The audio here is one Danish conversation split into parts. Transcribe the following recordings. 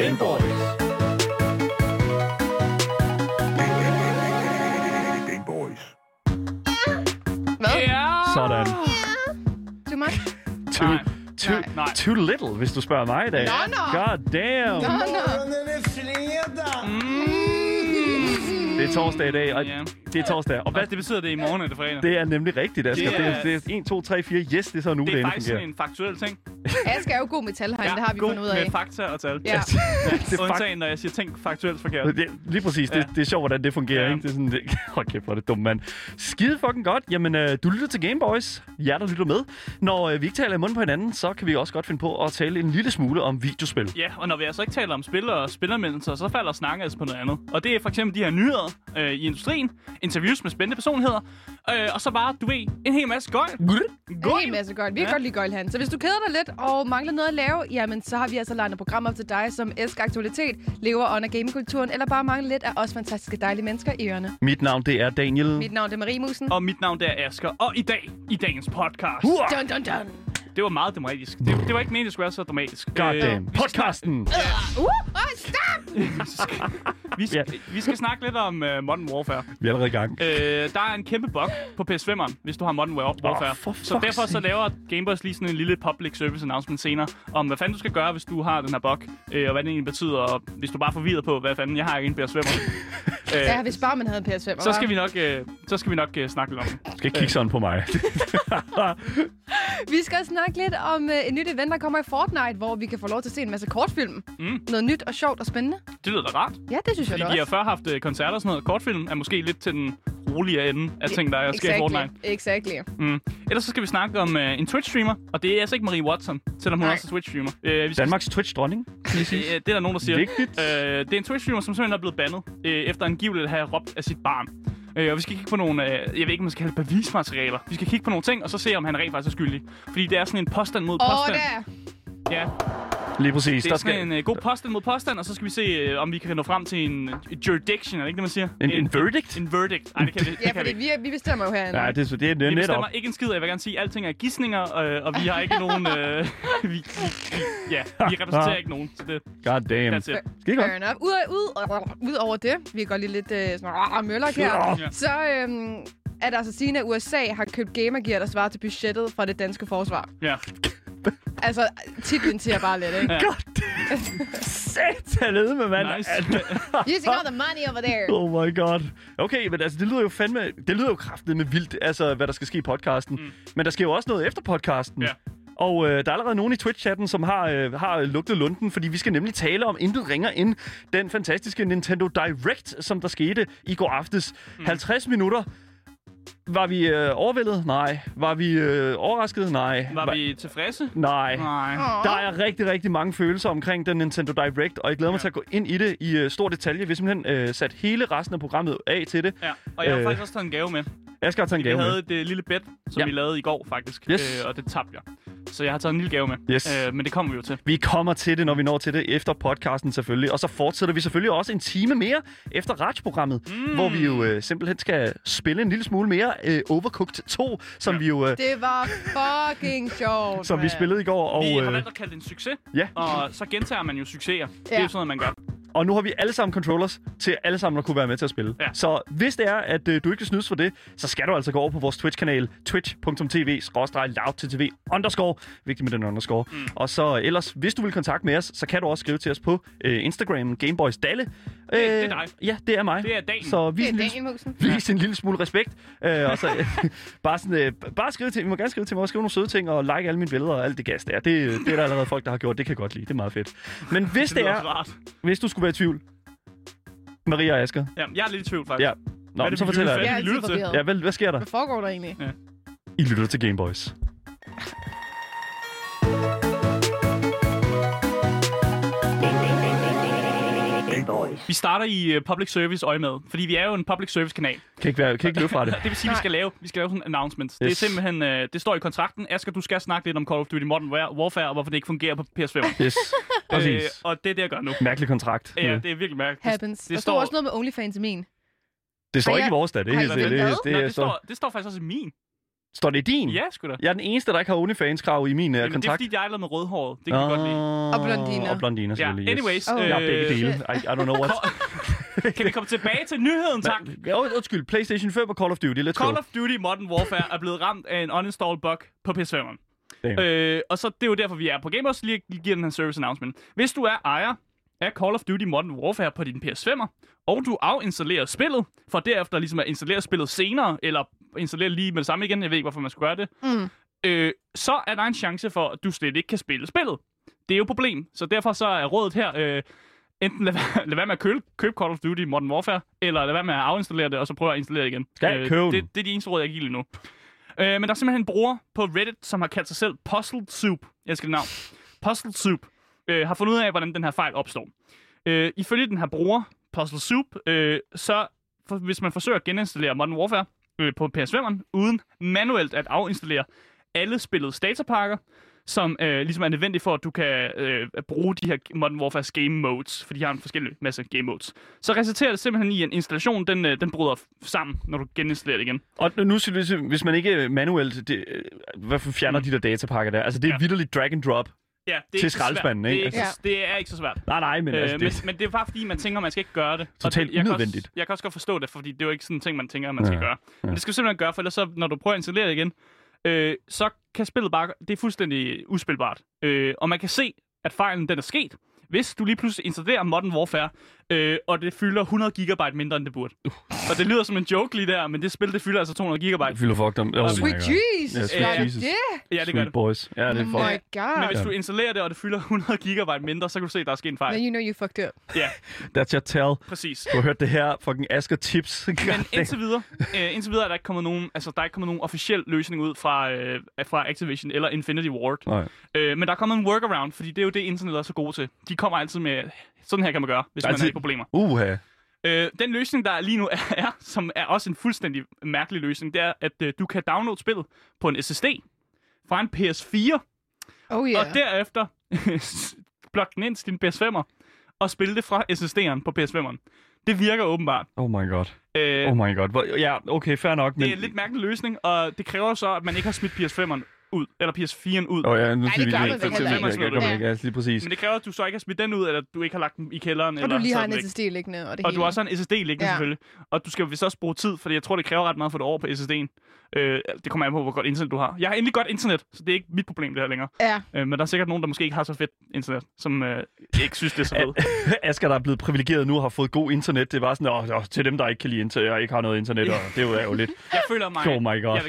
Game Boys. Game Boys. Hvad? Ja! Sådan. Too much? Too little, hvis du spørger mig i dag. Nå. God damn. Nå. Det er torsdag i dag, og Ja. det er torsdag. Og hvad Det betyder det i morgen, er det fredag. det er nemlig rigtigt, Asger. Det er 1, 2, 3, 4. Yes, det er så nu, Det er det faktisk fungerer. sådan en faktuel ting. Asger er jo god metalhegn, det har vi fundet ud med af. fakta og tal. Ja. Det er Undtagen, når jeg siger ting faktuelt forkert. Lige præcis. Det er sjovt, hvordan det fungerer, Ja. ikke? Det er sådan, hold kæft, hvor er det dumt, mand. Skide fucking godt. Jamen, du lytter til Game Boys. Jer, der lytter med. Når vi ikke taler i munden på hinanden, så kan vi også godt finde på at tale en lille smule om videospil. Ja, og når vi altså ikke taler om spil og spilleranmeldelser, så falder snakken altså på noget andet. Og det er for eksempel de her nyheder i industrien, interviews med spændende personligheder, og så bare, du ved, en hel masse gøjl. En hel masse gøjl. Vi kan godt lide gøjl, så hvis du keder dig lidt og mangler noget at lave, jamen så har vi altså lagt et program op til dig, som elsker aktualitet, lever under gamingkulturen, eller bare mangler lidt af os fantastiske dejlige mennesker i ørerne. Mit navn, det er Daniel. Mit navn det er Marie Musen. Og mit navn det er Asger, og i dagens podcast. Dun, dun, dun. Det var meget dramatisk. Det var ikke meningen, det skulle være så dramatisk. God damn. Podcasten. Stop! Vi skal snakke lidt om Modern Warfare. Vi er allerede i gang. Der er en kæmpe bug på PS5'eren, hvis du har Modern Warfare. Så derfor så laver Game Boys lige sådan en lille public service announcement senere, om hvad fanden du skal gøre, hvis du har den her bug, og hvad det egentlig betyder, og hvis du bare er forvirret på, hvad fanden, jeg har ikke en PS5'er. Ja, hvis bare man havde en PS5. Så skal vi nok snakke lidt om det. Skal ikke kigge sådan på mig. Vi skal snakke lidt om et nyt event, der kommer i Fortnite, hvor vi kan få lov til at se en masse kortfilm. Noget nyt og sjovt og spændende. Det lyder da rart. Ja, det synes jeg da Fordi de har også. før haft koncerter og sådan noget. Kortfilm er måske lidt til den roligere ende af ting, der sker i Fortnite. Exactly. Ellers så skal vi snakke om en Twitch-streamer, og det er altså ikke Marie Watson, selvom hun også er Twitch-streamer. Danmarks Twitch-dronning. Det er der nogen, der siger. Vigtigt. Det er en Twitch-streamer, som simpelthen er blevet bandet, efter angiveligt at have råbt af sit barn. Og vi skal kigge på nogle, jeg ved ikke, om man skal kalde bevismaterialer. Vi skal kigge på nogle ting, og så se, om han rent faktisk er skyldig. Fordi det er sådan en påstand mod påstand. Ja, Lige præcis. det er sådan en god påstand mod påstand, og så skal vi se, om vi kan nå frem til en jurisdiction, er det ikke det, man siger? En verdict? En verdict. Ej, det kan vi. Ja, fordi vi bestemmer jo herinde. Ja, det er Vi netop. bestemmer ikke en skid. Jeg vil gerne sige, at alting er gidsninger, og vi har ikke nogen... vi repræsenterer ikke nogen. Så det, God damn. that's it. Skal I godt? Fair enough. Ud over det, vi kan godt lide lidt sådan møllak her, Ja. så er der altså sigende, at USA har købt gamergear, der svarer til budgettet fra det danske forsvar. Ja. Altså, titlen siger bare lidt, ikke? Satanet med mand. Nice. Using all the money over there. Oh my god. Okay, men altså, det lyder jo kraftedeme vildt, altså, hvad der skal ske i podcasten. Men der sker jo også noget efter podcasten. Ja. Og der er allerede nogen i Twitch-chatten, som har lugtet lunden, fordi vi skal nemlig tale om intet ringer end den fantastiske Nintendo Direct, som der skete i går aftes. 50 minutter. Var vi overvældet? Nej. Var vi overrasket? Nej. Var vi tilfredse? Nej. Nej. Der er rigtig, rigtig mange følelser omkring den Nintendo Direct, og jeg glæder mig til at gå ind i det i stor detalje. Vi har simpelthen sat hele resten af programmet af til det. Ja, og jeg har faktisk også taget en gave med. Jeg skal have taget en Vi gave med. havde det lille bet, som vi lavede i går faktisk, Yes. og det tabte jeg. Så jeg har taget en lille gave med, Yes. men det kommer vi jo til. Vi kommer til det, når vi når til det efter podcasten selvfølgelig. Og så fortsætter vi selvfølgelig også en time mere efter Raj-programmet, hvor vi jo simpelthen skal spille en lille smule mere Overcooked 2, som vi jo... Det var fucking sjovt, som vi spillede i går. Og, Vi har valgt at kalde det en succes, ja. og så gentager man jo succeser. Det er jo sådan, man gør. Og nu har vi alle sammen controllers til alle sammen at kunne være med til at spille. Ja. Så hvis det er, at du ikke vil snydes for det, så skal du altså gå over på vores Twitch-kanal, twitch.tv/loudttv_. Vigtigt med den underscore. Og så ellers, hvis du vil kontakte med os, så kan du også skrive til os på Instagram, Gameboys Dalle. Det er dig. Ja, det er mig. Det er dagen. Så vis Det er en lille, Daniel Musen. vis en lille smule respekt. Og så bare skrive til, I må gerne skrive til mig og skrive nogle søde ting og like alle mine billeder og alt det gas der. Det er der allerede folk, der har gjort. Det kan jeg godt lide. Det er meget fedt. Men hvis det lyder er, også rart. hvis du skulle være i tvivl, Maria og Asger. Ja, jeg er lidt i tvivl, faktisk. Ja. Nå, men så fortæller jeg. Hvad Jeg er er det, vi altid lytter til? forvirret. Ja, hvad sker der? Hvad foregår der egentlig? I lytter til Game Boys. Vi starter i public service øje med, fordi vi er jo en public service kanal. Kan ikke løbe fra det. Det vil sige, at vi skal lave sådan en announcement. Yes. Det er simpelthen, det står i kontrakten. Asger, du skal snakke lidt om Call of Duty Modern Warfare, og hvorfor det ikke fungerer på PS5. Yes, præcis. Og det er det, jeg gør nu. Mærkelig kontrakt. Ja, det er virkelig mærkeligt. Happens. Der stod også noget med OnlyFans i min. Det står Har ikke i jeg- vores da. Det er har helt jeg sikkert. været? Nå, det står faktisk også i min. Står det i din? Ja, sgu da. Jeg er den eneste, der ikke har OnlyFans-krav i min Jamen, kontakt. det er fordi, jeg er lavet med rødhåret. Det kan jeg godt lide. Og blondiner. Og blondiner, Ja, selvfølgelig. anyways. Oh. Jeg er begge dele. I don't know what. Kan vi komme tilbage til nyheden, tak? Undskyld, PlayStation 5 og Call of Duty. Let's Call go. of Duty Modern Warfare er blevet ramt af en uninstall bug på PS5'eren. Og så det er jo derfor, vi er på Gamers lige giver den her service announcement. Hvis du er ejer af Call of Duty Modern Warfare på din PS5'er, og du afinstallerer spillet, for derefter ligesom at installere spillet senere, eller installere lige med det samme igen, jeg ved ikke, hvorfor man skulle gøre det, så er der en chance for, at du slet ikke kan spille spillet. Det er jo et problem, så derfor så er rådet her, enten lad være med at købe Call of Duty Modern Warfare, eller lad være med at afinstallere det, og så prøve at installere det igen. Det er de eneste råd, jeg kan give lige nu. Men der er simpelthen en bruger på Reddit, som har kaldt sig selv Puzzle Soup. Jeg skal det navn. Puzzle Soup har fundet ud af, hvordan den her fejl opstår. Ifølge den her bruger, Puzzle Soup, hvis man forsøger at geninstallere Modern Warfare på PS5'eren, uden manuelt at afinstallere alle spillets datapakker, som ligesom er nødvendigt for, at du kan bruge de her Modern Warfare's game modes, for de har en forskellig masse game modes. Så resulterer det simpelthen i, at en installation, den bryder sammen, når du geninstallerer det igen. Og nu, hvis man ikke manuelt, hvorfor fjerner de der datapakker der? Altså, det er vitterligt drag and drop. Ja, det er til skraldespanden, ikke? Det er ikke så svært. Nej, men men det er bare fordi, man tænker, man skal ikke gøre det. Totalt unødvendigt. Jeg kan også godt forstå det, fordi det er jo ikke sådan en ting, man tænker, man skal gøre. Men det skal du simpelthen gøre, for ellers så, når du prøver at installere det igen, så kan spillet bare... Det er fuldstændig uspilbart. Og man kan se, at fejlen den er sket, hvis du lige pludselig installerer Modern Warfare, og det fylder 100 GB mindre, end det burde. Og det lyder som en joke lige der, men det spil, det fylder altså 200 GB. Det fylder fucked om. Sweet Jesus! Ja, sweet Jesus. Ja, det gør det. Boys. Ja, det er Oh my god. Men hvis du installerer det, og det fylder 100 GB mindre, så kan du se, at der er sket en fejl. Then you know you fucked up. Ja. That's your tell. Præcis. Du har hørt det her, fucking Asger Tips. Men indtil videre er der ikke kommet nogen, officiel løsning ud fra Activision eller Infinity Ward. Men der er kommet en workaround, fordi det er jo det, internet er så gode til. De kommer altid med, sådan her kan man gøre, hvis man har problemer. Den løsning, der lige nu er, som er også en fuldstændig mærkelig løsning, det er, at du kan downloade spillet på en SSD fra en PS4, og derefter plukke den ind til din PS5'er og spille det fra SSD'eren på PS5'eren. Det virker åbenbart. Oh my god. Oh my god. Ja, okay, fair nok. Det er en lidt mærkelig løsning, og det kræver så, at man ikke har smidt PS5'eren ud, eller PS4'en ud. Ja, nu det gør man ikke. Lige præcis. Men det kræver, at du så ikke har smidt den ud, eller du ikke har lagt den i kælderen. Og du lige har en SSD liggende, og det hele. Og du også har en SSD liggende, selvfølgelig. Og du skal vist også bruge tid, fordi jeg tror, det kræver ret meget for det over på SSD'en. Det kommer an på, hvor godt internet du har. Jeg har endelig godt internet, så det er ikke mit problem, det her længere. Ja. Men der er sikkert nogen, der måske ikke har så fedt internet, som ikke synes, det er så fedt. Asger, der er blevet privilegeret nu og har fået god internet. Det var sådan, til dem, der ikke kan lide internet og ikke har noget internet, og det er jo lidt... Jeg føler mig... Oh my god.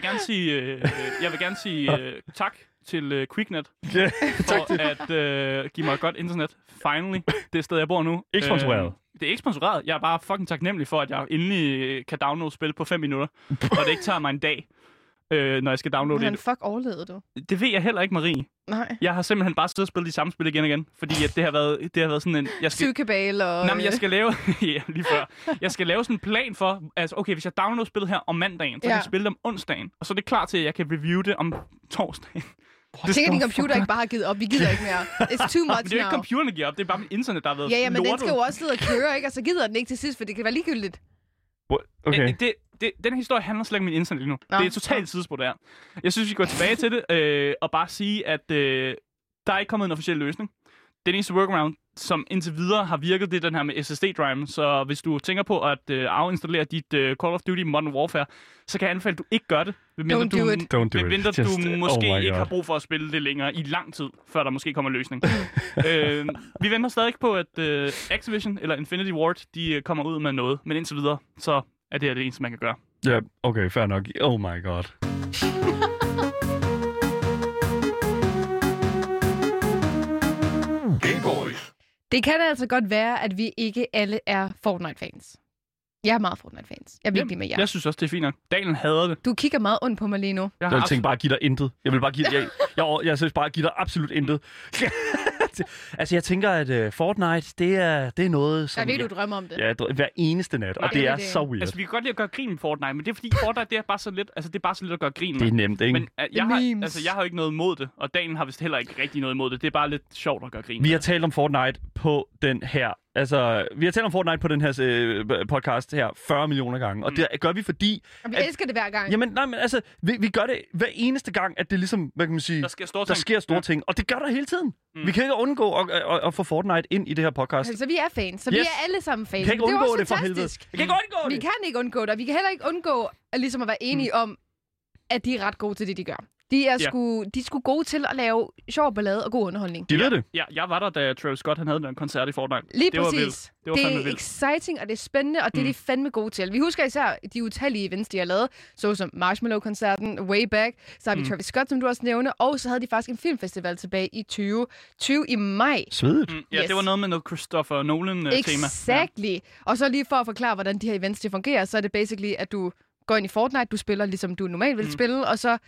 Jeg vil gerne sige tak til QuickNet for at give mig et godt internet. Finally. Det sted, jeg bor nu. Ikke sponsoreret. Det er ikke sponsoreret. Jeg er bare fucking taknemmelig for, at jeg endelig kan downloade spil på 5 minutter. Og det ikke tager mig en dag, når jeg skal downloade det. Men fuck overlevede du? Det ved jeg heller ikke, Marie. Nej. Jeg har simpelthen bare siddet og spillet de samme spil igen og igen. Fordi at det har været sådan en... Sugekabale og... Nej, men jeg skal lave... ja, lige før. Jeg skal lave sådan en plan for... Altså, okay, hvis jeg downloader spillet her om mandagen, så kan jeg spille det om onsdagen. Og så er det klar til, at jeg kan review det om torsdagen. Jeg tænker, at din computer ikke bare har givet op. Vi gider ikke mere. It's too much now. Men det er jo ikke computeren, der giver op. Det er bare mit internet, der har været Ja, men lortet. den skal jo også sidde og køre, ikke? Og så gider den ikke til sidst, for det kan være ligegyldigt. Okay. Den historie handler slet ikke om min internet lige nu. Det er et totalt sidespor, der. Jeg synes, vi går tilbage til det, og bare sige, at der er ikke kommet en officiel løsning. Den eneste workaround, som indtil videre har virket, det er den her med SSD-driven. Så hvis du tænker på at afinstallere dit Call of Duty Modern Warfare, så kan jeg anbefale, at du ikke gør det. Medmindre du måske ikke har brug for at spille det længere i lang tid, før der måske kommer en løsning. Vi venter stadig på, at Activision eller Infinity Ward, de kommer ud med noget. Men indtil videre, så er det her det eneste, man kan gøre. Ja, okay, fair nok. Oh my god. Det kan altså godt være, at vi ikke alle er Fortnite-fans. Jeg er meget Fortnite-fans. Jeg vil ikke blive med jer. Jeg synes også, det er fint nok. Daniel hader det. Du kigger meget ondt på mig lige nu. Jeg vil tænke bare at give dig intet. Jeg vil bare give jeg synes bare at give dig absolut intet. Altså, jeg tænker, at Fortnite, det er noget, som... Jeg ved, du drømmer om det. Ja, hver eneste nat, og det er så weird. Altså, vi kan godt lide at gøre grin med Fortnite, men det er fordi Fortnite, det er bare så lidt, altså, det er bare så lidt at gøre grin med. Det er nemt, ikke? Men jeg har jo ikke noget imod det, og Daniel har vist heller ikke rigtig noget imod det. Det er bare lidt sjovt at gøre grin med. Vi har talt om Fortnite på den her... Altså, vi har talt om Fortnite på den her podcast her 40 millioner gange, og det gør vi, fordi... Og vi elsker det hver gang. Jamen, nej, men altså, vi gør det hver eneste gang, at det ligesom, hvad kan man sige... Der sker store ting, og det gør der hele tiden. Vi kan ikke undgå at få Fortnite ind i det her podcast. Altså, vi er fans, så vi er alle sammen fans. Vi kan ikke undgå det for helvede. Vi kan ikke undgå det, og vi kan heller ikke undgå ligesom at være enige om, at de er ret gode til det, de gør. De er sgu gode til at lave sjov ballade og god underholdning. De ved det. Ja, jeg var der, da Travis Scott han havde den koncert i Fortnite. Lige det præcis. Var vildt. Det er exciting, og det er spændende, og det er de fandme gode til. Vi husker især de utallige events, de har lavet, såsom Marshmallow-koncerten, Way Back, så har vi Travis Scott, som du også nævner, og så havde de faktisk en filmfestival tilbage i 2020 i maj. Svedigt. Ja, det var noget med noget Christopher Nolan-tema. Exactly. Ja. Og så lige for at forklare, hvordan de her events de fungerer, så er det basically, at du går ind i Fortnite, du spiller ligesom du normalt vil spille, og så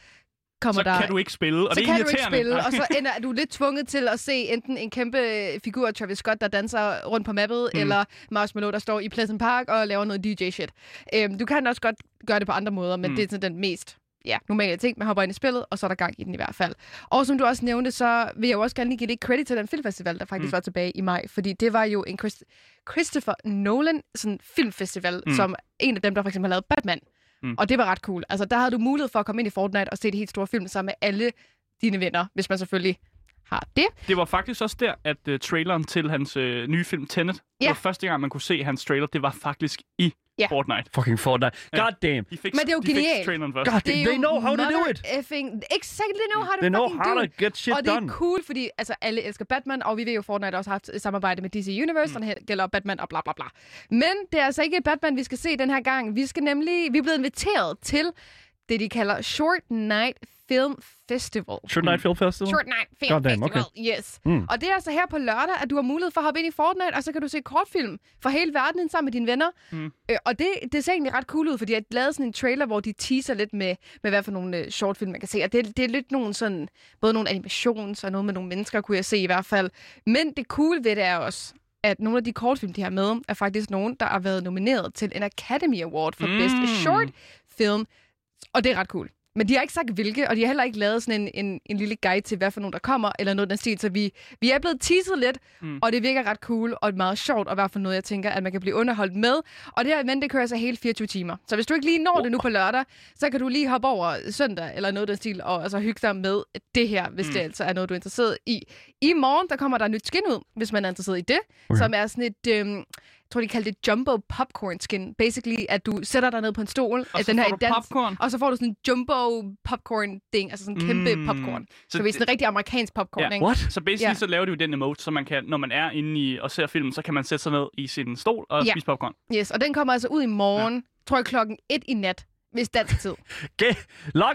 kan du ikke spille, og så det er irriterende. Så kan du ikke spille, og så er du lidt tvunget til at se enten en kæmpe figur af Travis Scott, der danser rundt på mappet, eller Marshmallow, der står i Pleasant Park og laver noget DJ-shit. Du kan også godt gøre det på andre måder, men det er sådan den mest normale ting. Man hopper ind i spillet, og så er der gang i den i hvert fald. Og som du også nævnte, så vil jeg jo også gerne lige give lidt credit til den filmfestival, der faktisk var tilbage i maj, fordi det var jo en Christopher Nolan sådan filmfestival, som en af dem, der for eksempel har lavet Batman. Og det var ret cool. Altså, der havde du mulighed for at komme ind i Fortnite og se det helt store film sammen med alle dine venner, hvis man selvfølgelig har det. Det var faktisk også der, at traileren til hans nye film Tenet, det var første gang, man kunne se hans trailer, det var faktisk i Fortnite. Fucking Fortnite. God damn. Men det er jo genialt. God damn. They know how to do it. Exactly, they know how to they know fucking how do to it. get shit done. Og det er cool, fordi altså, alle elsker Batman, og vi ved jo, Fortnite også har haft et samarbejde med DC Universe, der gælder Batman og bla bla bla. Men det er altså ikke Batman, vi skal se den her gang. Vi er blevet inviteret til det, de kalder Short Night Film Festival. Short Night Film Festival? Short Night Film Festival, yes. Og det er altså her på lørdag, at du har mulighed for at hoppe ind i Fortnite, og så kan du se kortfilm fra hele verden sammen med dine venner. Og det ser egentlig ret cool ud, fordi jeg lavede sådan en trailer, hvor de teaser lidt med hvad for nogle shortfilm, man kan se. Og det er lidt nogle sådan, både nogle animations og noget med nogle mennesker, kunne jeg se i hvert fald. Men det cool ved det er også, at nogle af de kortfilm, de har med, er faktisk nogen, der har været nomineret til en Academy Award for Best Short Film. Og det er ret cool. Men de har ikke sagt hvilke, og de har heller ikke lavet sådan en lille guide til, hvad for nogen der kommer, eller noget den stil. Så vi er blevet teaset lidt, og det virker ret cool, og meget sjovt, og i hvert fald noget, jeg tænker, at man kan blive underholdt med. Og det her event, det kører sig hele 24 timer. Så hvis du ikke lige når det nu på lørdag, så kan du lige hoppe over søndag, eller noget den stil, og altså hygge dig med det her, hvis det altså er noget, du er interesseret i. I morgen, der kommer der et nyt skin ud, hvis man er interesseret i det, som er sådan et... jeg tror, de kalder det jumbo popcorn skin. Basically, at du sætter dig ned på en stol. Og så får du popcorn. Og så får du sådan en jumbo popcorn ding. Altså sådan en kæmpe popcorn. Så det er sådan en rigtig amerikansk popcorn, ikke? What? Så basically, så laver de jo den emote, så man kan, når man er inde i og ser filmen, så kan man sætte sig ned i sin stol og spise popcorn. Yes, og den kommer altså ud i morgen, tror jeg, klokken 1 i nat. Hvis dansk tid. Log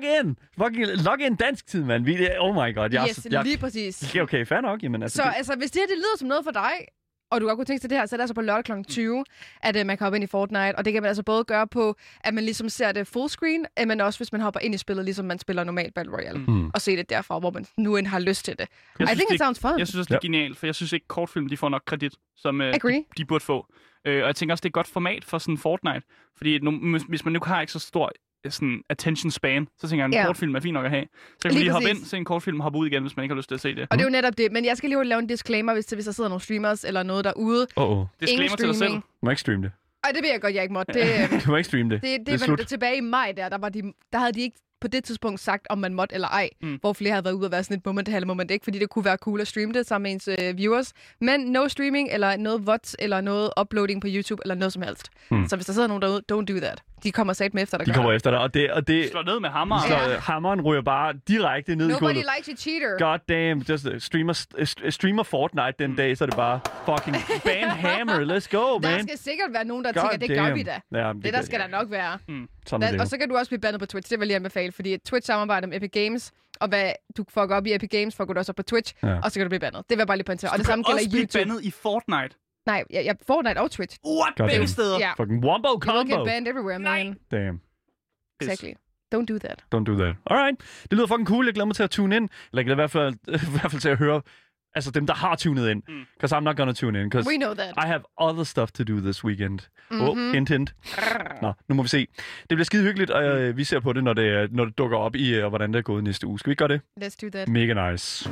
in dansk tid, mand. Oh my god. Lige præcis. Okay, fair nok. Jamen, altså, så altså, hvis det lyder som noget for dig, og du godt kunne tænke sig det her, så er det altså på lørdag kl. 20, at man kan hoppe ind i Fortnite. Og det kan man altså både gøre på, at man ligesom ser det full screen, men også hvis man hopper ind i spillet, ligesom man spiller normalt Battle Royale. Og se det derfra, hvor man nu end har lyst til det. I think it sounds fun. Jeg synes også, det er genialt, for jeg synes ikke, kortfilm de får nok kredit, som de burde få. Og jeg tænker også, det er et godt format for sådan Fortnite. Fordi hvis man nu har ikke så stor sådan attention span, så tænker jeg, en kortfilm er fint nok at have. Så kan man lige hoppe ind, se en kortfilm og hoppe ud igen, hvis man ikke har lyst til at se det. Og det er jo netop det. Men jeg skal lige lave en disclaimer, hvis der sidder nogle streamers eller noget derude. Disclaimer til dig selv. Du må ikke streame det. Ej, det ved jeg godt, jeg ikke måtte. Du må ikke streame det. Det var tilbage i maj, der havde de ikke på det tidspunkt sagt, om man måtte eller ej. Hvor flere havde været ude og være sådan et moment, eller moment ikke, fordi det kunne være cool at streame det sammen med ens viewers. Men no streaming, eller noget VODs, eller noget uploading på YouTube, eller noget som helst. Så hvis der sidder nogen derude, don't do that. De kommer sat med efter dig. De kommer efter dig, og det slår ned med hammeren. Hammeren ryger bare direkte ned i gulvet. Nobody likes a cheater. God damn, just streamer Fortnite den dag, så er det bare fucking ban hammer. Let's go, man. Der skal sikkert være nogen, der tænker, det gør vi da. Ja, det der skal der nok være. Og så kan du også blive bandet på Twitch. Det vil jeg anbefale, fordi Twitch samarbejder med Epic Games, og hvad du fucker op i Epic Games, fucker du også op på Twitch, og så kan du blive bandet. Det vil jeg bare lige pointere. Og det samme gælder YouTube. Du kan også blive bandet i Fortnite. Nej, Fortnite og Twitch. What? Begge steder? Yeah. Fucking wombo combo. You get banned everywhere, man. Damn. Exactly. Don't do that. Don't do that. Alright. Det lyder fucking cool. Jeg glæder mig til at tune ind. Eller jeg glæder i hvert fald til at høre Altså dem, der har tunet ind. Because I'm not gonna tune in. Because We know that. I have other stuff to do this weekend. Hint. Nå, nu må vi se. Det bliver skide hyggeligt, og vi ser på det, når det dukker op i, hvordan det er gået næste uge. Skal vi gøre det? Let's do that. Mega nice.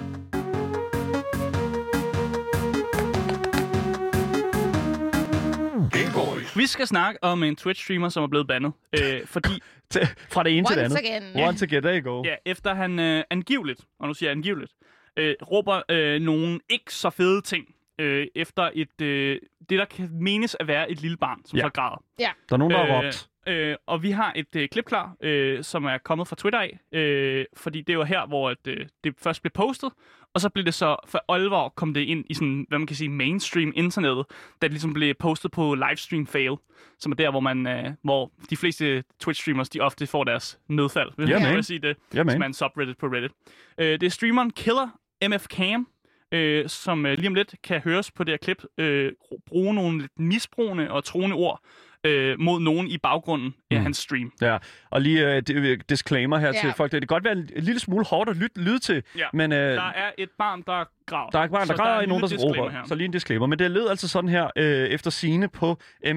Vi skal snakke om en Twitch-streamer, som er blevet bandet. Fordi... Fra det ene til det andet. Once again, there you go. Ja, efter han angiveligt, og nu siger jeg angiveligt, råber nogle ikke så fede ting efter det, der kan menes at være et lille barn, som så græder. Ja. Der er nogen, der har råbt. Og vi har et klip klar, som er kommet fra Twitter af, fordi det var her, hvor det først blev postet, og så blev det så for alvor kom det ind i sådan, hvad man kan sige, mainstream internettet, da det ligesom blev postet på livestream fail, som er der, hvor de fleste Twitch-streamers, de ofte får deres nedfald, hvis man kan sige det, som er en subreddit på Reddit. Det er streameren Killer MF Cam, som lige om lidt kan høres på det her klip, bruge nogle lidt misbrugende og truende ord mod nogen i baggrunden af hans stream. Ja, og lige disclaimer her til folk. Det kan godt være en lille smule hårdt at lytte til, men... der er et barn, der græder. Der er et barn, der græder, og nogen, der råber. Så lige en disclaimer. Men det lød altså sådan her, efter sigende på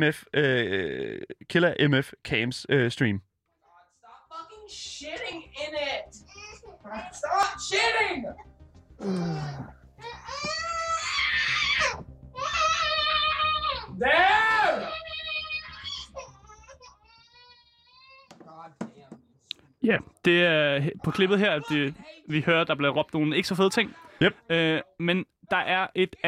Killer MF Cams stream. Stop fucking shitting in it! Stop shitting! There! Ja, det er på klippet her, at vi hører, der bliver råbt nogle ikke så fede ting. Yep. Men der er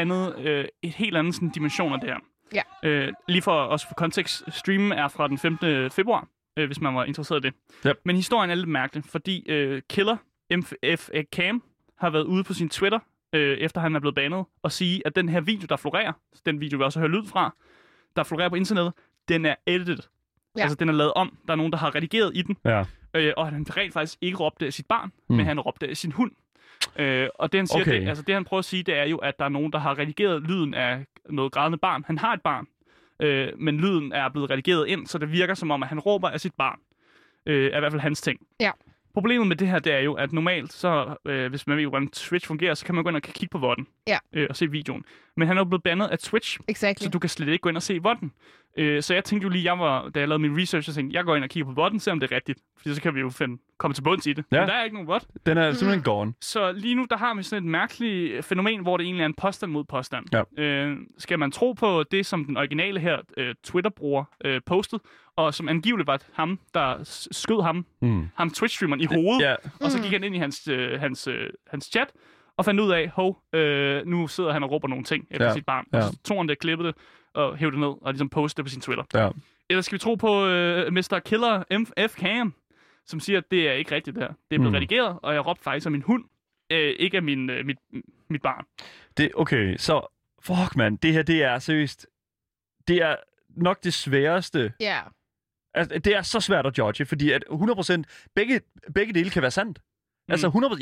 et helt andet sådan, dimension af det her. Ja. Lige for os for kontekst, streamen er fra den 5. februar, hvis man var interesseret i det. Yep. Men historien er lidt mærkelig, fordi Killer MF Cam har været ude på sin Twitter, efter han er blevet banet, og sige, at den her video, der florerer, den video, vi også har hørt lyd fra, der florerer på internettet, den er edited. Ja. Altså, den er lavet om. Der er nogen, der har redigeret i den. Ja. Og han rent faktisk ikke råbte af sit barn, men han råbte af sin hund. Og det han siger, det han prøver at sige, det er jo, at der er nogen, der har redigeret lyden af noget grædende barn. Han har et barn, men lyden er blevet redigeret ind, så det virker som om, at han råber af sit barn. Er i hvert fald hans ting. Ja. Problemet med det her, det er jo, at normalt, så hvis man ved, hvordan Twitch fungerer, så kan man gå ind og kigge på VOD'en og se videoen. Men han er jo blevet bandet af Twitch, så du kan slet ikke gå ind og se VOD'en. Så jeg tænkte jo lige, da jeg lavede min research, så tænkte jeg går ind og kigger på VOD'en, se om det er rigtigt. Fordi så kan vi jo komme til bunds i det. Ja. Men der er ikke nogen VOD. Den er simpelthen gone. Så lige nu, der har vi sådan et mærkeligt fænomen, hvor det egentlig er en påstand mod påstand. Ja. Skal man tro på det, som den originale her Twitter-bruger postede, og som angiveligt var ham, der skød ham Twitch-streameren i hovedet, og så gik han ind i hans chat, og fandt ud af, nu sidder han og råber nogle ting efter sit barn. Og så tog han det, klippede det, og hævde det ned, og ligesom postede det på sin Twitter. Ja. Eller skal vi tro på Mr. Killer MF Cam, som siger, at det er ikke rigtigt der. Det er blevet redigeret, og jeg råbte faktisk af min hund, ikke af mit barn. Okay, så fuck man, det her, det er seriøst, det er nok det sværeste. Ja. Altså, det er så svært at judge, fordi at 100% begge dele kan være sandt. Altså 100%,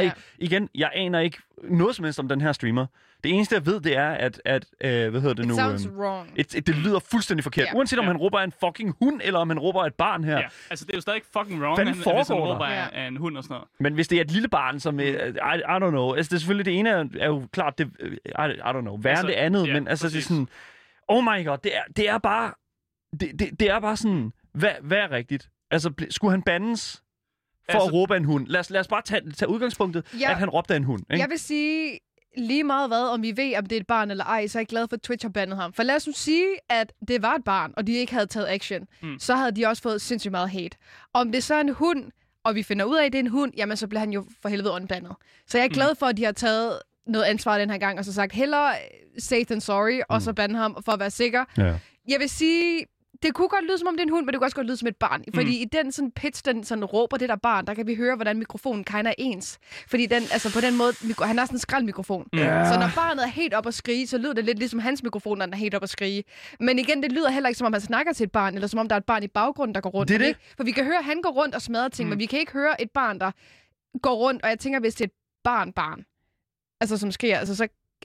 jeg aner ikke noget som helst om den her streamer. Det eneste, jeg ved, det er, at hvad hedder det nu? Sounds wrong. Det lyder fuldstændig forkert. Yeah. Uanset om han råber af en fucking hund, eller om han råber af et barn her. Ja, altså det er jo stadig fucking wrong, hvis han råber af en hund og sådan noget. Men hvis det er et lille barn, som I don't know. Altså det er selvfølgelig, det ene er jo klart, det, I don't know, værre end det andet. Men altså det er sådan, oh my god, det er bare, det er bare sådan, hvad er rigtigt? Altså skulle han bandes for at råbe af en hund? Lad os bare tage udgangspunktet, at han råbte af en hund. Ikke? Jeg vil sige, lige meget hvad, om vi ved, om det er et barn eller ej, så er jeg glad for, at Twitch har bandet ham. For lad os nu sige, at det var et barn, og de ikke havde taget action. Så havde de også fået sindssygt meget hate. Om det så er en hund, og vi finder ud af, at det er en hund, jamen så bliver han jo for helvede unbandet. Så jeg er glad for, at de har taget noget ansvar den her gang, og så sagt, hellere say than sorry, og så bande ham for at være sikker. Ja. Jeg vil sige, det kunne godt lyde, som om det er en hund, men det kunne også godt lyde som et barn. Fordi i den sådan pitch, den sådan råber det der barn, der kan vi høre, hvordan mikrofonen er ens. Fordi den, altså på den måde, han har sådan en skraldmikrofon. Så når barnet er helt op at skrige, så lyder det lidt ligesom hans mikrofon, når den er helt op at skrige. Men igen, det lyder heller ikke, som om han snakker til et barn, eller som om der er et barn i baggrunden, der går rundt. Det. For vi kan høre, at han går rundt og smadrer ting, men vi kan ikke høre et barn, der går rundt. Og jeg tænker, hvis det er et barn, altså som sker, altså så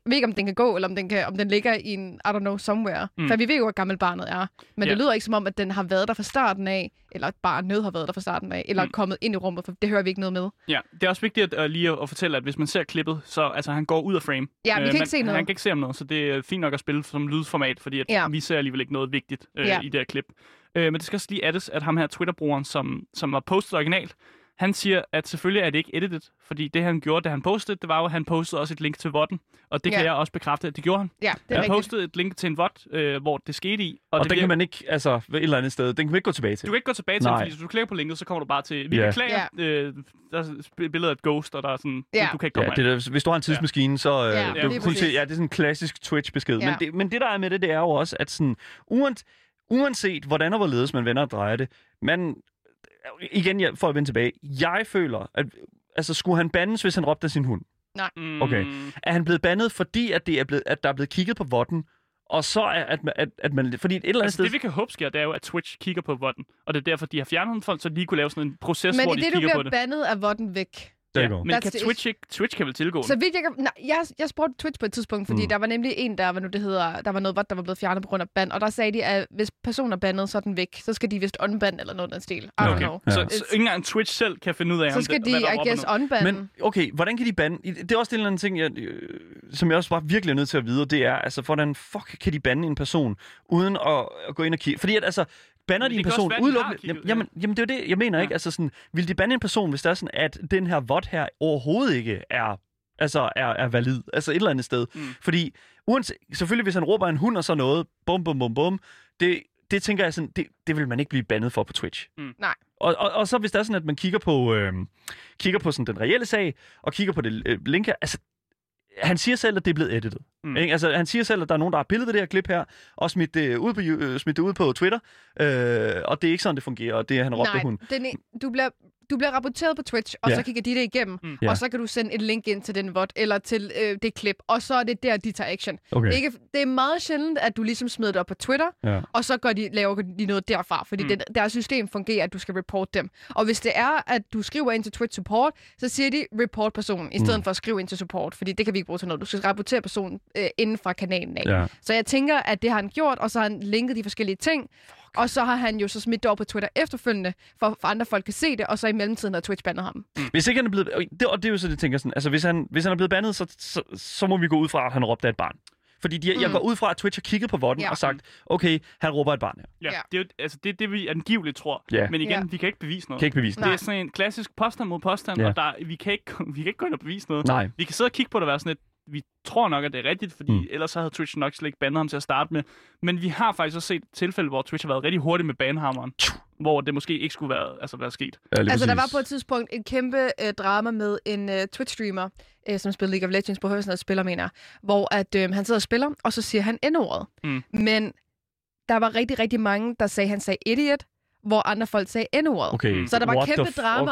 ved ikke, om den kan gå, eller om den ligger i en, I don't know, somewhere. For vi ved jo, hvor gammel barnet er. Men det lyder ikke som om, at den har været der fra starten af, eller at barnet har været der fra starten af, eller kommet ind i rummet, for det hører vi ikke noget med. Ja, det er også vigtigt lige at fortælle, at hvis man ser klippet, så altså, han går ud af frame. Ja, vi kan ikke se noget. Han kan ikke se om noget, så det er fint nok at spille som lydformat, fordi vi ser alligevel ikke noget vigtigt i det her klip. Men det skal også lige addes, at ham her Twitter-brugeren, som var postet originalt, han siger, at selvfølgelig er det ikke edited, fordi det han gjorde, da han postede, det var jo, at han postede også et link til VOD'en, og det kan jeg også bekræfte, at det gjorde han. Ja, det er han postede et link til en VOD, hvor det skete i. Og den kan man ikke, altså ved et eller andet sted, den kan man ikke gå tilbage til. Du kan ikke gå tilbage til, fordi hvis du klikker på linket, så kommer du bare til, vi beklager, der er billedet af et ghost, og der er sådan, du kan ikke komme det hvis du har en tidsmaskine, så du kunne se, det er sådan en klassisk Twitch-besked. Ja. Men det der er med det er jo også, at sådan, uanset hvordan og hvorledes man vender og drejer det, igen, for at vende tilbage. Jeg føler, at skulle han bandes, hvis han råbte af sin hund? Nej. Okay. Er han blevet bandet, fordi at der er blevet kigget på VOD'en, og så at man... Fordi et eller andet sted... Det vi kan håbe sker, det er jo, at Twitch kigger på VOD'en. Og det er derfor, de har fjernet folk, så de kunne lave sådan en proces, hvor de kigger på det. Men i det, du bliver bandet, er VOD'en væk. Men kan Twitch kan vel tilgå den? Så vidt jeg spurgte Twitch på et tidspunkt, fordi der var nemlig en, der var noget VOD, der var blevet fjernet på grund af ban, og der sagde de, at hvis personen er bandet, så er den væk. Så skal de vist unbande eller noget af den stil. I don't know. Så ikke engang Twitch selv kan finde ud af, så skal de, I guess, unbande. Men okay, hvordan kan de bande? Det er også en eller anden ting, som jeg også bare virkelig er nødt til at vide, det er, altså, hvordan fuck kan de bande en person, uden at gå ind og kigge? Fordi at, altså, banner de en person udelukkende? Jamen, det er jo det, jeg mener ikke. Altså sådan, vil de bande en person, hvis det er sådan, at den her VOD her overhovedet ikke er valid? Altså et eller andet sted. Fordi, selvfølgelig hvis han råber en hund og så noget, bum, bum, bum, bum, det tænker jeg sådan, det vil man ikke blive bandet for på Twitch. Nej. Og så hvis det er sådan, at man kigger på sådan den reelle sag, og kigger på det link her, altså, han siger selv, at det er blevet editet. Ikke? Altså, han siger selv, at der er nogen, der har pillet det her klip her, og smidt det ud på Twitter, og det er ikke sådan, det fungerer, og det er, han råbte hun. Du bliver rapporteret på Twitch, og så kigger de det igennem, og så kan du sende et link ind til den VOD, eller til det klip, og så er det der, de tager action. Okay. Det er meget sjældent, at du ligesom smider det op på Twitter, og så laver de noget derfra, fordi deres system fungerer, at du skal report dem. Og hvis det er, at du skriver ind til Twitch support, så siger de report personen, i stedet for at skrive ind til support, fordi det kan vi ikke bruge til noget. Du skal rapportere personen inden fra kanalen af. Ja. Så jeg tænker, at det har han gjort, og så har han linket de forskellige ting, og så har han jo så smidt det over på Twitter efterfølgende, for andre folk kan se det, og så i mellemtiden har Twitch bandet ham. Hvis ikke han er blevet... Og det er jo så, det tænker sådan, altså hvis han er blevet bandet, så må vi gå ud fra, at han råbte af et barn. Fordi jeg går ud fra, at Twitch har kigget på VOD'en og sagt, okay, han råber et barn her. Ja, det er jo altså, det, vi angiveligt tror. Ja. Men igen, vi kan ikke bevise noget. Det er sådan en klassisk påstand mod påstand, og vi kan ikke gå ind og bevise noget. Nej. Vi kan sidde og kigge på det og være sådan et, vi tror nok, at det er rigtigt, fordi ellers så havde Twitch nok slet ikke bandet ham til at starte med. Men vi har faktisk også set tilfælde, hvor Twitch har været rigtig hurtigt med banhammeren, hvor det måske ikke skulle være sket. Ja, altså, der var på et tidspunkt en kæmpe drama med en Twitch-streamer, som spiller League of Legends, professionel spiller, mener, hvor at, han sidder og spiller, og så siger han N-ordet. Men der var rigtig, rigtig mange, der sagde, han sagde idiot, hvor andre folk sagde N-ordet. Okay. Så der var kæmpe drama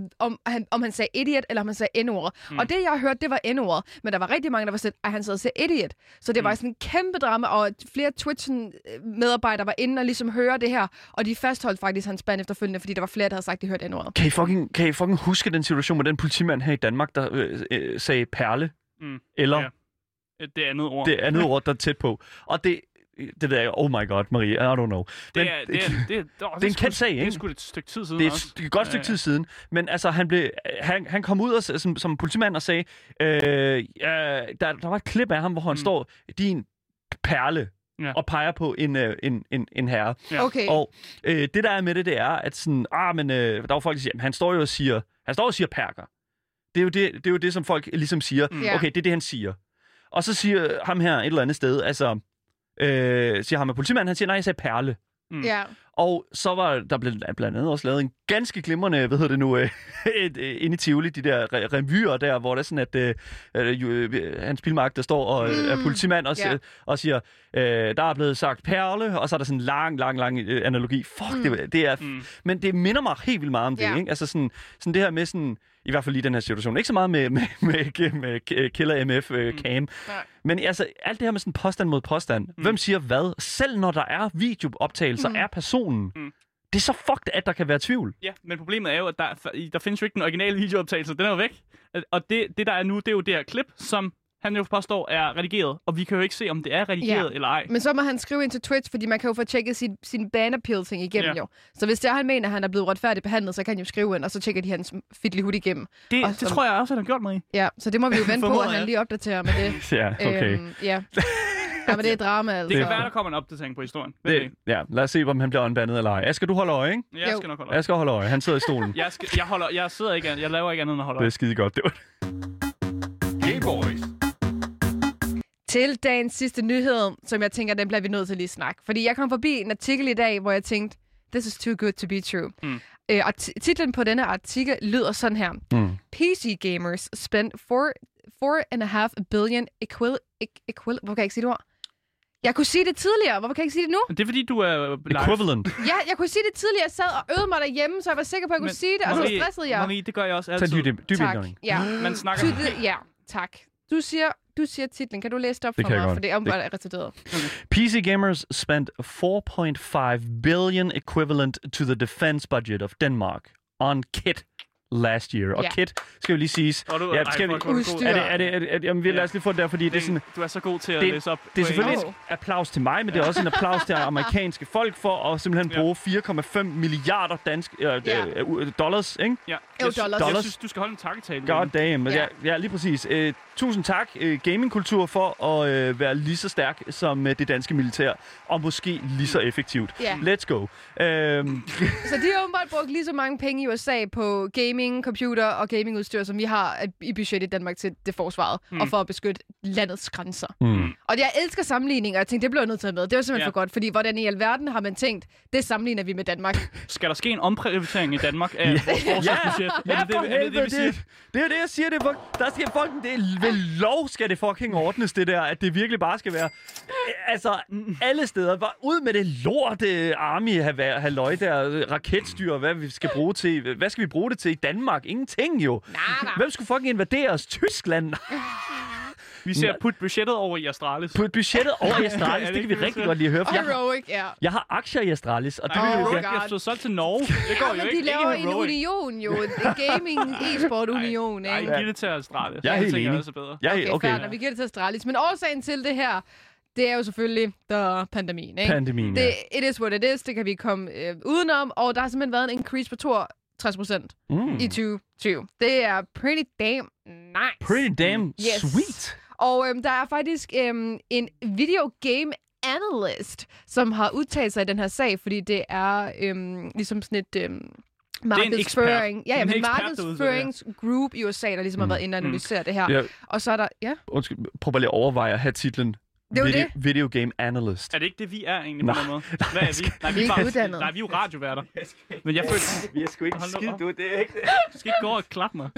om han sagde idiot, eller om han sagde N-ordet. Og det, jeg har hørt, det var N-ordet. Men der var rigtig mange, der var sådan, at han sad og sagde idiot. Så det var sådan en kæmpe drama, og flere Twitch-medarbejdere var inde og ligesom høre det her. Og de fastholdt faktisk hans ban efterfølgende, fordi der var flere, der havde sagt, de hørte N-ordet. Kan I fucking huske den situation med den politimand her i Danmark, der sagde perle? Eller? Ja. Det andet ord. Det andet ord, der er tæt på. Og det ved jeg, oh my god, Marie, I don't know. Men, det er en kendt sag, ikke? Det er sgu et stykke tid siden. Det er et godt stykke tid siden. Men altså, han kom ud og, som politimand og sagde, der var et klip af ham, hvor han står, din perle, og peger på en herre. Ja. Okay. Og det der er med det er, at sådan, der var folk, der siger, han står og siger perker. Det er jo det, som folk ligesom siger. Okay, det er det, han siger. Og så siger ham her et eller andet sted, altså, siger ham med politimanden, han siger, nej, jeg sagde perle. Ja. Og så var der blandt andet også lavet en ganske glimrende, inde i Tivoli, de der revyer der, hvor der er sådan, at Hans Pilmark, der står og er politimand og siger, der er blevet sagt perle, og så er der sådan en lang analogi. Fuck, det er... Men det minder mig helt vildt meget om det, ikke? Altså sådan det her med sådan... I hvert fald lige den her situation. Ikke så meget med Killer MF Cam. Men altså, alt det her med sådan påstand mod påstand. Hvem siger hvad? Selv når der er videooptagelser af personen. Det er så fucked, at der kan være tvivl. Ja, men problemet er jo, at der findes jo ikke den originale videooptagelse. Den er jo væk. Og det der er nu, det er jo det her klip, som han jo påstår er redigeret, og vi kan jo ikke se, om det er redigeret eller ej. Men så må han skrive ind til Twitch, fordi man kan jo få tjekket sin ban appeal-ting igennem jo. Så hvis det er, han mener, at han er blevet retfærdigt behandlet, så kan han jo skrive ind, og så tjekker de hans fiddly-hud igennem. Det tror jeg også, han har gjort, Marie. Ja, så det må vi jo vente på, at han lige opdaterer med det. Ja, okay. Ja, men det er drama, altså. Det kan være, der kommer en opdatering på historien. Lad os se, om han bliver unbandet eller ej. Asger, du holder øje, ikke? Ja, jeg skal nok holde øje. Asger holder øje. Han sidder i stolen. Jeg sidder ikke, jeg laver ikke andet end at holde øje. Det er skide godt. Det var Hey boys. Til dagens sidste nyhed, som jeg tænker, den bliver vi nødt til lige at snakke. Fordi jeg kom forbi en artikel i dag, hvor jeg tænkte, this is too good to be true. Og titlen på denne artikel lyder sådan her. PC gamers spent 4.5 billion hvor kan jeg ikke sige det ord? Jeg kunne sige det tidligere. Hvorfor kan jeg ikke sige det nu? Det er fordi, du er equivalent. Ja, jeg kunne sige det tidligere. Jeg sad og øvede mig derhjemme, så jeg var sikker på, at jeg kunne sige det, og så stressede jeg. Marie, det gør jeg også altid. Tak. Ja. Man snakker... Ja, tak. Du siger titlen. Kan du læse det op for mig? For det er åbenbart retarderet. PC gamers spent 4.5 billion equivalent to the defense budget of Denmark on kit last year. Og kit skal jo lige siges. Jamen, lad os lige få det der, fordi det er sådan... Du er så god til at læse op. Det er selvfølgelig en applaus til mig, men det er også en applaus til amerikanske folk for at simpelthen bruge 4,5 milliarder dollars, ikke? Ja. Dollars. Jeg synes, du skal holde en takketale. God damn. Ja, lige præcis. Tusind tak, gamingkultur, for at være lige så stærk som det danske militær, og måske lige så effektivt. Let's go. Så de har åbenbart brugt lige så mange penge i USA på gaming, computer og gamingudstyr, som vi har i budget i Danmark til det forsvaret, og for at beskytte landets grænser. Og jeg elsker sammenligninger, og jeg tænkte, det bliver jeg nødt til at med. Det var simpelthen for godt, fordi hvordan i alverden har man tænkt, det sammenligner vi med Danmark. Skal der ske en omprioritering i Danmark af vores forsvarsbudget? Det er det, jeg siger. Der skal ved lov skal det fucking ordnes, det der, at det virkelig bare skal være... Altså, alle steder. Ud med det lorte army, halløj der, raketstyr, hvad vi skal bruge til. Hvad skal vi bruge det til i Danmark? Ingenting jo. Hvem skulle fucking invadere os? Tyskland? Vi ser put budgettet over i Astralis. Put budgettet over i Astralis, det kan vi rigtig godt lide at høre. Heroic, jeg har aktier i Astralis, og det vil jeg så solgt til Norge. Det går jo ikke. De laver en union jo. En gaming e-sport union. Nej, giv det til Astralis. Jeg er helt enig. Okay. Vi giver det til Astralis. Men årsagen til det her, det er jo selvfølgelig pandemien, ikke? Pandemien, it is what it is. Det kan vi komme udenom. Og der har simpelthen været en increase på 62% i 2020. Det er pretty damn nice. Pretty damn sweet. Og der er faktisk en video game analyst, som har udtalt sig i den her sag, fordi det er ligesom sådan et... markedsføring. Ja, men markedsføringsgroup i USA, der ligesom har været inde og analysere det her. Ja. Og så er der... Ja. Undskyld, prøv lige at overveje at have titlen Video Game Analyst. Er det ikke det, vi er egentlig på den måde? Hvad er vi? Nej, vi er uddannet. Nej, vi er jo radioværter. Men jeg føler... Vi er sgu ikke skidt, du. Det er ikke... Du skal ikke gå og klappe mig.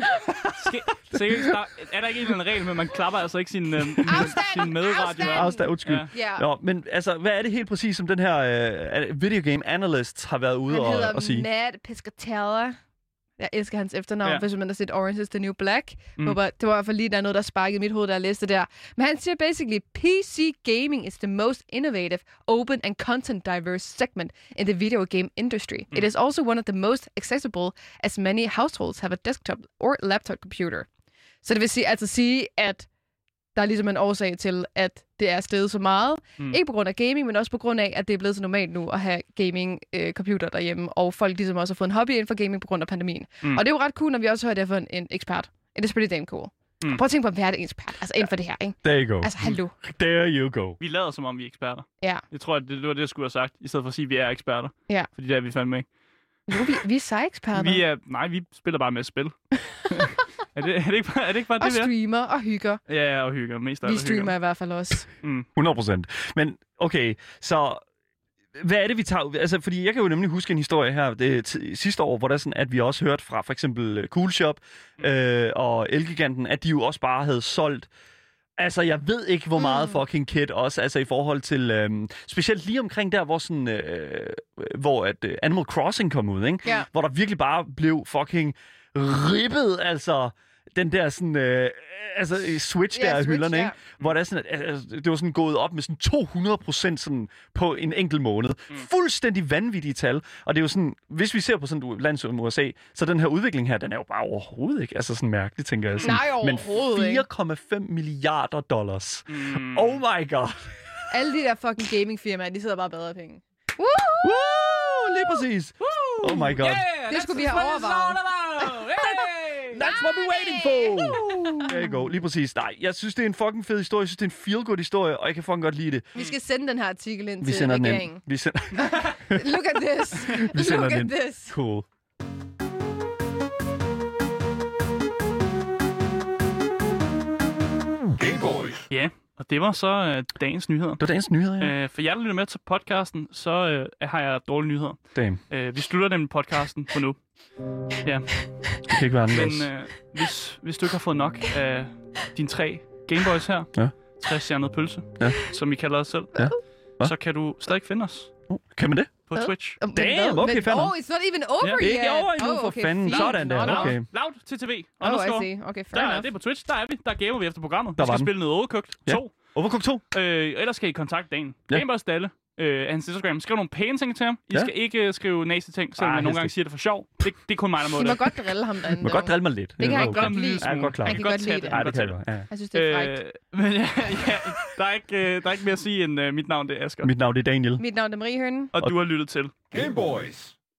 Er der ikke en eller anden regel med, at man klapper altså ikke sin medradiovært? Afstand, undskyld. Ja. Nå, men altså, hvad er det helt præcis, som den her Video Game Analyst har været ude og sige? Han hedder Matt Pescatella. Jeg elsker hans efternavn, hvis man har set Orange is the New Black. Det var i hvert fald lige der noget, der sparkede mit hoved, da jeg læste der. Men han siger basically, PC gaming is the most innovative, open and content diverse segment in the video game industry. It is also one of the most accessible, as many households have a desktop or laptop computer. Så det vil sige, at der er ligesom en årsag til, at det er steget så meget. Ikke på grund af gaming, men også på grund af, at det er blevet så normalt nu at have gaming-computer derhjemme, og folk ligesom også har fået en hobby inden for gaming på grund af pandemien. Og det er jo ret cool, når vi også hører det fra en ekspert. It is pretty damn cool. Prøv at tænke på, hvad er det ekspert? Altså inden for det her, ikke? There you go. Altså, hallo. There you go. Vi lader som om, vi er eksperter. Ja. Jeg tror, det var det, jeg skulle have sagt, i stedet for at sige, at vi er eksperter. Ja. Fordi det er vi fandme ikke. Jo, vi er seje-eksperter. Vi spiller bare med spil. er det ikke bare det, og streamer og hygger. Ja, og hygger. Mest af vi streamer i hvert fald også. 100%. Men okay, så hvad er det, vi tager... Altså, fordi jeg kan jo nemlig huske en historie her sidste år, hvor der sådan, at vi også hørte fra for eksempel Coolshop og Elgiganten, at de jo også bare havde solgt... Altså, jeg ved ikke, hvor meget fucking kit også, altså i forhold til... specielt lige omkring der, hvor sådan... hvor at Animal Crossing kom ud, ikke? Ja. Hvor der virkelig bare blev fucking ribbet, altså... den der sådan... switch der af hylderne, ikke? Hvor det er sådan, at det var sådan gået op med sådan 200% sådan på en enkelt måned. Fuldstændig vanvittige tal. Og det er jo sådan, hvis vi ser på sådan et land som USA, så den her udvikling her, den er jo bare overhovedet ikke sådan mærkelig, tænker jeg. Sådan. Nej, overhovedet ikke. Men 4,5 milliarder dollars. Oh my god. Alle de der fucking gamingfirmaer, de sidder bare bedre af penge. Woo! Lige præcis. Oh my god. Yeah, Det skulle vi have overvejet. That's what we're waiting for! There you go. Lige præcis. Nej, jeg synes, det er en fucking fed historie. Jeg synes, det er en feel-good historie, og jeg kan fucking godt lide det. Vi skal sende den her artikel ind Vi til sender regeringen. den ind. Vi sender... Look at this. Vi sender Look den at ind. this. Cool. Gameboys. Ja, og det var så dagens nyheder. Det var dagens nyheder, ja. For jer, der lytter med til podcasten, så har jeg dårlige nyheder. Damn. Vi slutter nemlig podcasten for nu. Ja, Det kan ikke være anderledes. men hvis du ikke har fået nok af dine 3 Gameboys her, Ja. 60-stjernet pølse, Ja. som vi kalder os selv, Ja. Hvad? så kan du stadig finde os Kan man det? på Twitch. Damn, okay, fair nok. it's not even over Ja. yet. Ikke over endnu, for fanden. fint. Sådan der, Nå, nå. okay. Loud til TV. Oh, I Underscore. see. Okay, fair Der er enough. det på Twitch. Der er vi. Der gamer vi efter programmet. Der Vi var skal den. spille noget Overcooked Ja. 2. Overcooked 2. Ellers skal I kontakte Dan. Ja. Gameboys Dalle. Hans Instagram. Skriv nogle pæne ting til ham. I Ja. skal ikke skrive næste ting, selvom Ah, jeg nogle helst gange ikke. siger det for sjov. Det er kun mig, der må I må det. godt drille ham derinde. Man kan godt drille mig lidt. Det kan er han okay. godt lide. Ja, jeg er godt klar. Han kan godt lide det. Ja, det kan jeg godt. Ja. Jeg synes, det er frækt. Men ja, der er ikke mere at sige end mit navn, det er Asger. Mit navn det er Daniel. Mit navn er Marie Hønen. Og du har lyttet til Gameboys.